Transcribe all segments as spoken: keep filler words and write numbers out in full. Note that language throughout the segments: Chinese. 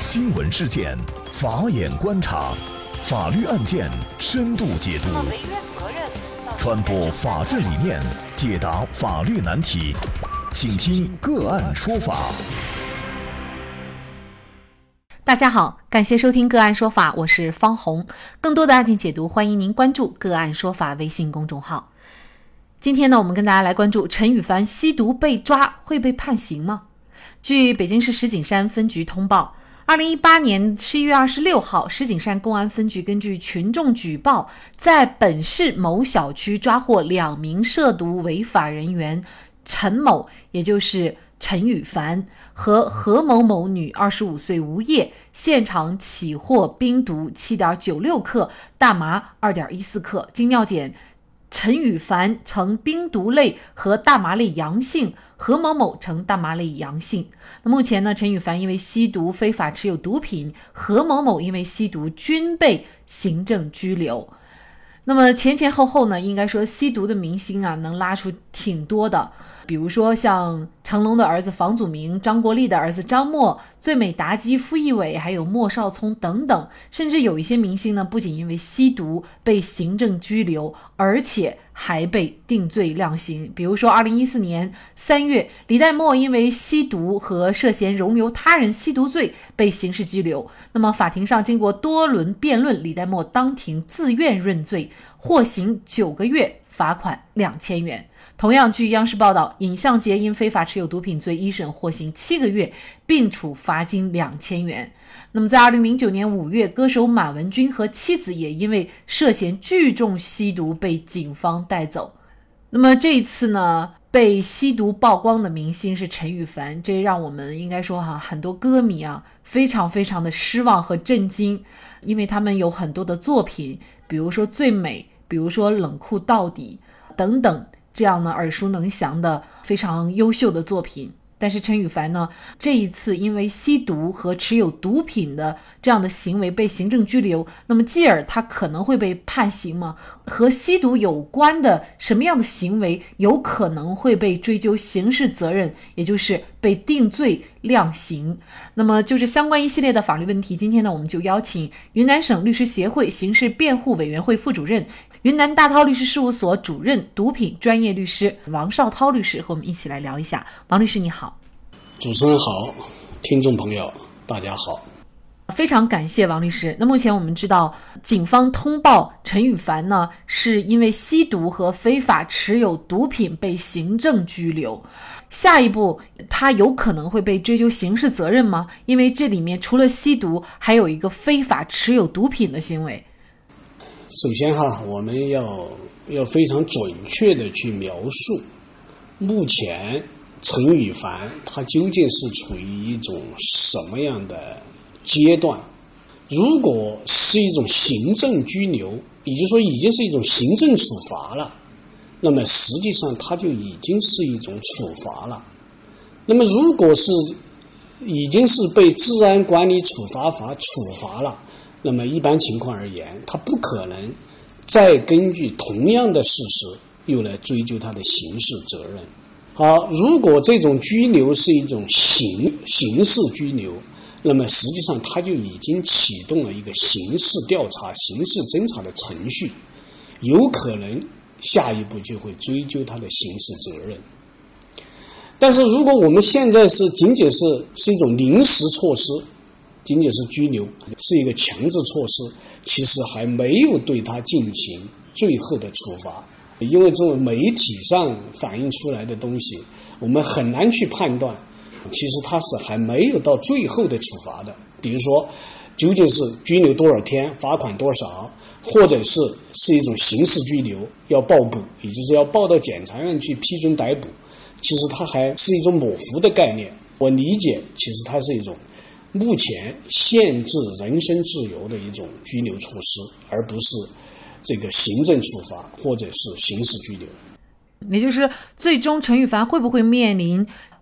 新闻事件，法眼观察，法律案件深度解读，传播法治理念，解答法律难题，请听个案说法。 大家好，感谢收听个案说法，我是方红。更多的案件解读，欢迎您关注个案说法微信公众号。今天呢，我们跟大家来关注陈羽凡吸毒被抓会被判刑吗？据北京市石景山分局通报，二零一八年十一月二十六号，石景山公安分局根据群众举报，在本市某小区抓获两名涉毒违法人员陈某，也就是陈羽凡和何某某女二十五岁无业，现场起获冰毒 七点九六克，大麻 二点一四克。经尿检，陈羽凡呈冰毒类和大麻类阳性，何某某呈大麻类阳性。那目前呢，陈羽凡因为吸毒非法持有毒品，何某某因为吸毒均被行政拘留。那么前前后后呢，应该说吸毒的明星啊，能拉出挺多的。比如说像成龙的儿子房祖名，张国立的儿子张默，最美妲己、傅艺伟，还有莫少聪等等。甚至有一些明星呢，不仅因为吸毒被行政拘留，而且还被定罪量刑。比如说二零一四年三月，李代沫因为吸毒和涉嫌容留他人吸毒罪被刑事拘留。那么法庭上经过多轮辩论，李代沫当庭自愿认罪，获刑九个月，罚款两千元。同样，据央视报道，尹相杰因非法持有毒品罪一审获刑七个月，并处罚金两千元。那么在二零零九年五月，歌手马文君和妻子也因为涉嫌聚众吸毒被警方带走。那么这一次呢，被吸毒曝光的明星是陈羽凡，这让我们应该说哈，很多歌迷啊非常非常的失望和震惊，因为他们有很多的作品，比如说最美，比如说冷酷到底等等，这样呢耳熟能详的非常优秀的作品。但是陈羽凡呢，这一次因为吸毒和持有毒品的这样的行为被行政拘留，那么继而他可能会被判刑吗？和吸毒有关的什么样的行为有可能会被追究刑事责任，也就是被定罪量刑？那么就是相关一系列的法律问题，今天呢，我们就邀请云南省律师协会刑事辩护委员会副主任、云南大韬律师事务所主任、毒品专业律师王绍涛律师和我们一起来聊一下。王律师你好。 主持人好，听众朋友大家好。 非常感谢王律师。那目前我们知道，警方通报陈羽凡呢，是因为吸毒和非法持有毒品被行政拘留。下一步他有可能会被追究刑事责任吗？因为这里面除了吸毒，还有一个非法持有毒品的行为。 首先哈，我们要要非常准确的去描述目前陈羽凡他究竟是处于一种什么样的阶段。如果是一种行政拘留，也就是说已经是一种行政处罚了，那么实际上它就已经是一种处罚了。那么如果是已经是被治安管理处罚法处罚了，那么一般情况而言，他不可能再根据同样的事实又来追究他的刑事责任。好，如果这种拘留是一种刑刑事拘留，那么实际上他就已经启动了一个刑事调查、刑事侦查的程序，有可能下一步就会追究他的刑事责任。但是如果我们现在是仅仅是是一种临时措施，仅仅是拘留，是一个强制措施，其实还没有对他进行最后的处罚。因为这种媒体上反映出来的东西，我们很难去判断，其实它是还没有到最后的处罚的。比如说，究竟是拘留多少天，罚款多少，或者是是一种刑事拘留，要报捕，也就是要报到检察院去批准逮捕。其实它还是一种模糊的概念。我理解，其实它是一种目前限制人身自由的一种拘留措施，而不是这个行政处罚或者是刑事拘留。 也就是最终陈羽凡会不会面临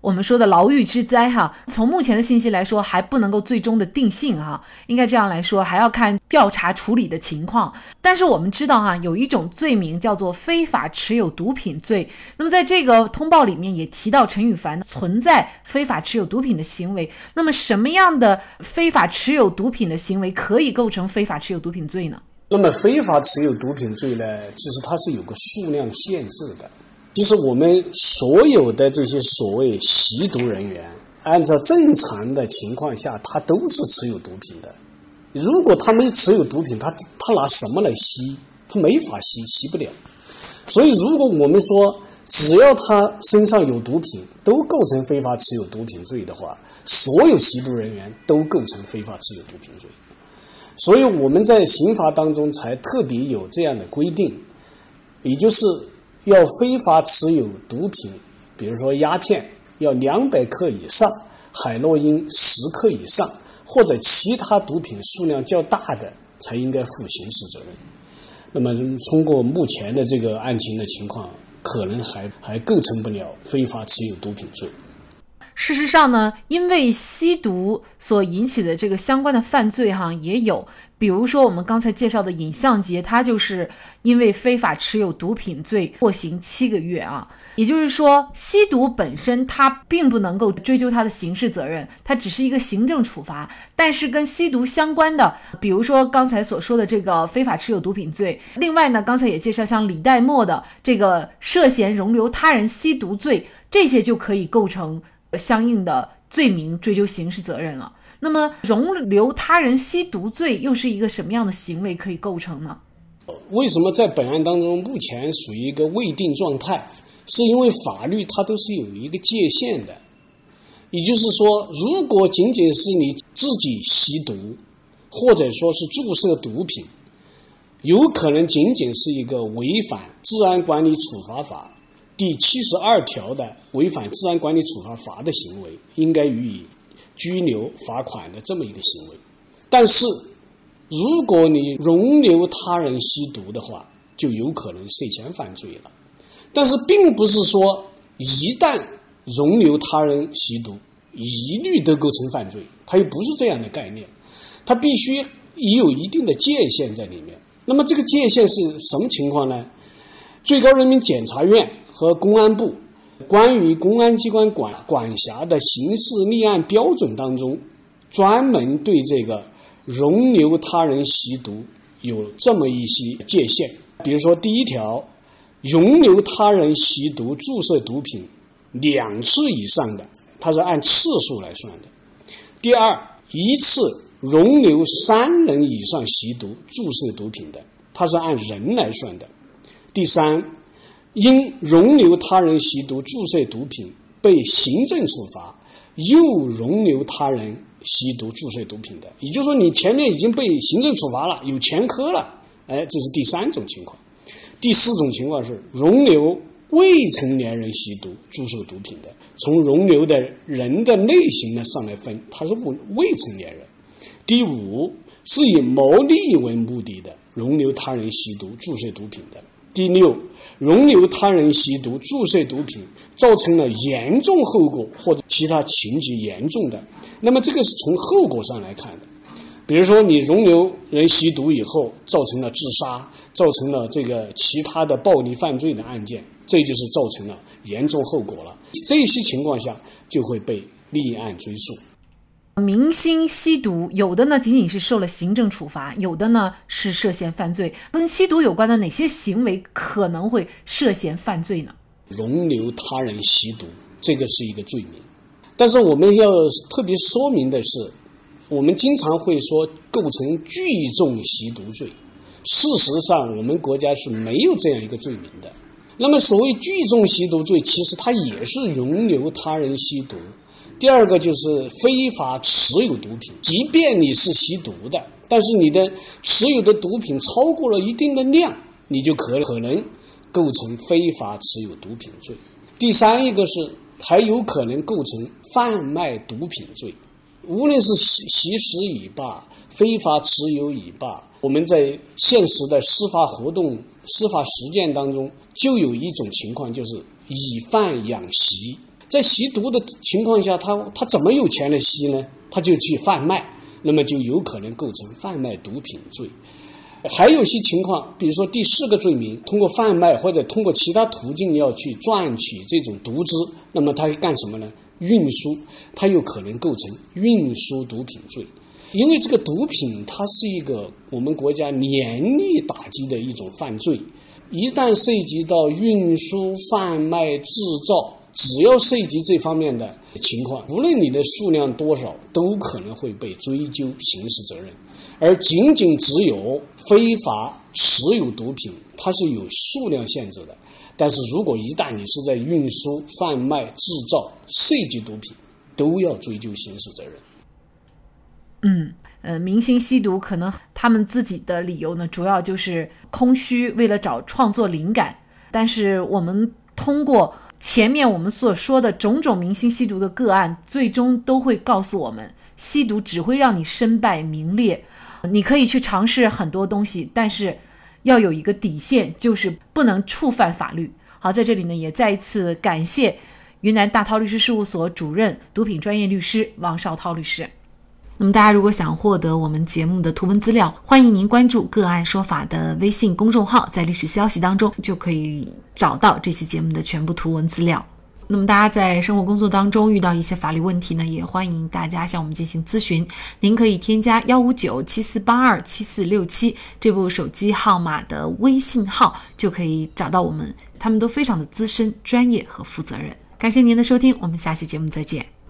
我们说的牢狱之灾哈，从目前的信息来说还不能够最终的定性哈，应该这样来说还要看调查处理的情况。但是我们知道哈，有一种罪名叫做非法持有毒品罪，那么在这个通报里面也提到陈羽凡存在非法持有毒品的行为，那么什么样的非法持有毒品的行为可以构成非法持有毒品罪呢？ 那么非法持有毒品罪呢，其实它是有个数量限制的。其实我们所有的这些所谓吸毒人员，按照正常的情况下，他都是持有毒品的。如果他没持有毒品，他他拿什么来吸？他没法吸，吸不了。所以如果我们说只要他身上有毒品，都构成非法持有毒品罪的话，所有吸毒人员都构成非法持有毒品罪。所以我们在刑法当中才特别有这样的规定，也就是要非法持有毒品，比如说鸦片要两百克以上，海洛因十克以上，或者其他毒品数量较大的才应该负刑事责任。那么通过目前的这个案情的情况，可能还还构成不了非法持有毒品罪。 事实上呢，因为吸毒所引起的这个相关的犯罪哈也有，比如说我们刚才介绍的尹相杰，他就是因为非法持有毒品罪获刑七个月啊。也就是说，吸毒本身它并不能够追究他的刑事责任，它只是一个行政处罚。但是跟吸毒相关的，比如说刚才所说的这个非法持有毒品罪，另外呢，刚才也介绍像李代沫的这个涉嫌容留他人吸毒罪，这些就可以构成相应的罪名追究刑事责任了。那么容留他人吸毒罪又是一个什么样的行为可以构成呢？ 为什么在本案当中目前属于一个未定状态？是因为法律它都是有一个界限的。也就是说，如果仅仅是你自己吸毒，或者说是注射毒品，有可能仅仅是一个违反治安管理处罚法第七十二条的违反治安管理处罚法的行为，应该予以拘留罚款的这么一个行为。但是如果你容留他人吸毒的话，就有可能涉嫌犯罪了。但是并不是说一旦容留他人吸毒一律都构成犯罪，它又不是这样的概念，它必须也有一定的界限在里面。那么这个界限是什么情况呢？最高人民检察院和公安部关于公安机关管管辖的刑事立案标准当中，专门对这个容留他人吸毒有这么一些界限。比如说第一条，容留他人吸毒注射毒品两次以上的，它是按次数来算的。第二，一次容留三人以上吸毒注射毒品的，它是按人来算的。第三，因容留他人吸毒注射毒品被行政处罚，又容留他人吸毒注射毒品的，也就是说你前面已经被行政处罚了，有前科了，哎，这是第三种情况。第四种情况是容留未成年人吸毒注射毒品的，从容留的人的类型呢上来分，他是未成年人。第五，是以牟利为目的的容留他人吸毒注射毒品的。第六，容留他人吸毒注射毒品造成了严重后果或者其他情节严重的，那么这个是从后果上来看的。比如说你容留人吸毒以后造成了自杀，造成了这个其他的暴力犯罪的案件，这就是造成了严重后果了，这些情况下就会被立案追诉。 明星吸毒，有的呢仅仅是受了行政处罚，有的呢是涉嫌犯罪。跟吸毒有关的哪些行为可能会涉嫌犯罪呢？ 容留他人吸毒，这个是一个罪名。但是我们要特别说明的是，我们经常会说构成聚众吸毒罪，事实上我们国家是没有这样一个罪名的。那么所谓聚众吸毒罪，其实它也是容留他人吸毒。第二个就是非法持有毒品，即便你是吸毒的，但是你的持有的毒品超过了一定的量，你就可可能构成非法持有毒品罪。第三一个是还有可能构成贩卖毒品罪，无论是吸食已罢，非法持有已罢，我们在现实的司法活动、司法实践当中，就有一种情况，就是以贩养吸。 在吸毒的情况下，他他怎么有钱来吸呢？他就去贩卖，那么就有可能构成贩卖毒品罪。还有些情况，比如说第四个罪名，通过贩卖或者通过其他途径要去赚取这种毒资，那么他干什么呢？运输，他有可能构成运输毒品罪。因为这个毒品它是一个我们国家严厉打击的一种犯罪，一旦涉及到运输、贩卖、制造，只要涉及这方面的情况，无论你的数量多少，都可能会被追究刑事责任。而仅仅只有非法持有毒品，它是有数量限制的。但是如果一旦你是在运输、贩卖、制造涉及毒品，都要追究刑事责任。 嗯，呃，明星吸毒可能他们自己的理由呢，主要就是空虚，为了找创作灵感。但是我们通过前面我们所说的种种明星吸毒的个案，最终都会告诉我们，吸毒只会让你身败名裂。你可以去尝试很多东西，但是要有一个底线，就是不能触犯法律。好，在这里呢，也再一次感谢云南大韬律师事务所主任、毒品专业律师王绍涛律师。那么大家如果想获得我们节目的图文资料，欢迎您关注个案说法的微信公众号，在历史消息当中就可以找到这期节目的全部图文资料。那么大家在生活工作当中遇到一些法律问题呢，也欢迎大家向我们进行咨询。您可以添加一五九七四八二七四六七这部手机号码的微信号，就可以找到我们，他们都非常的资深、专业和负责任。感谢您的收听，我们下期节目再见。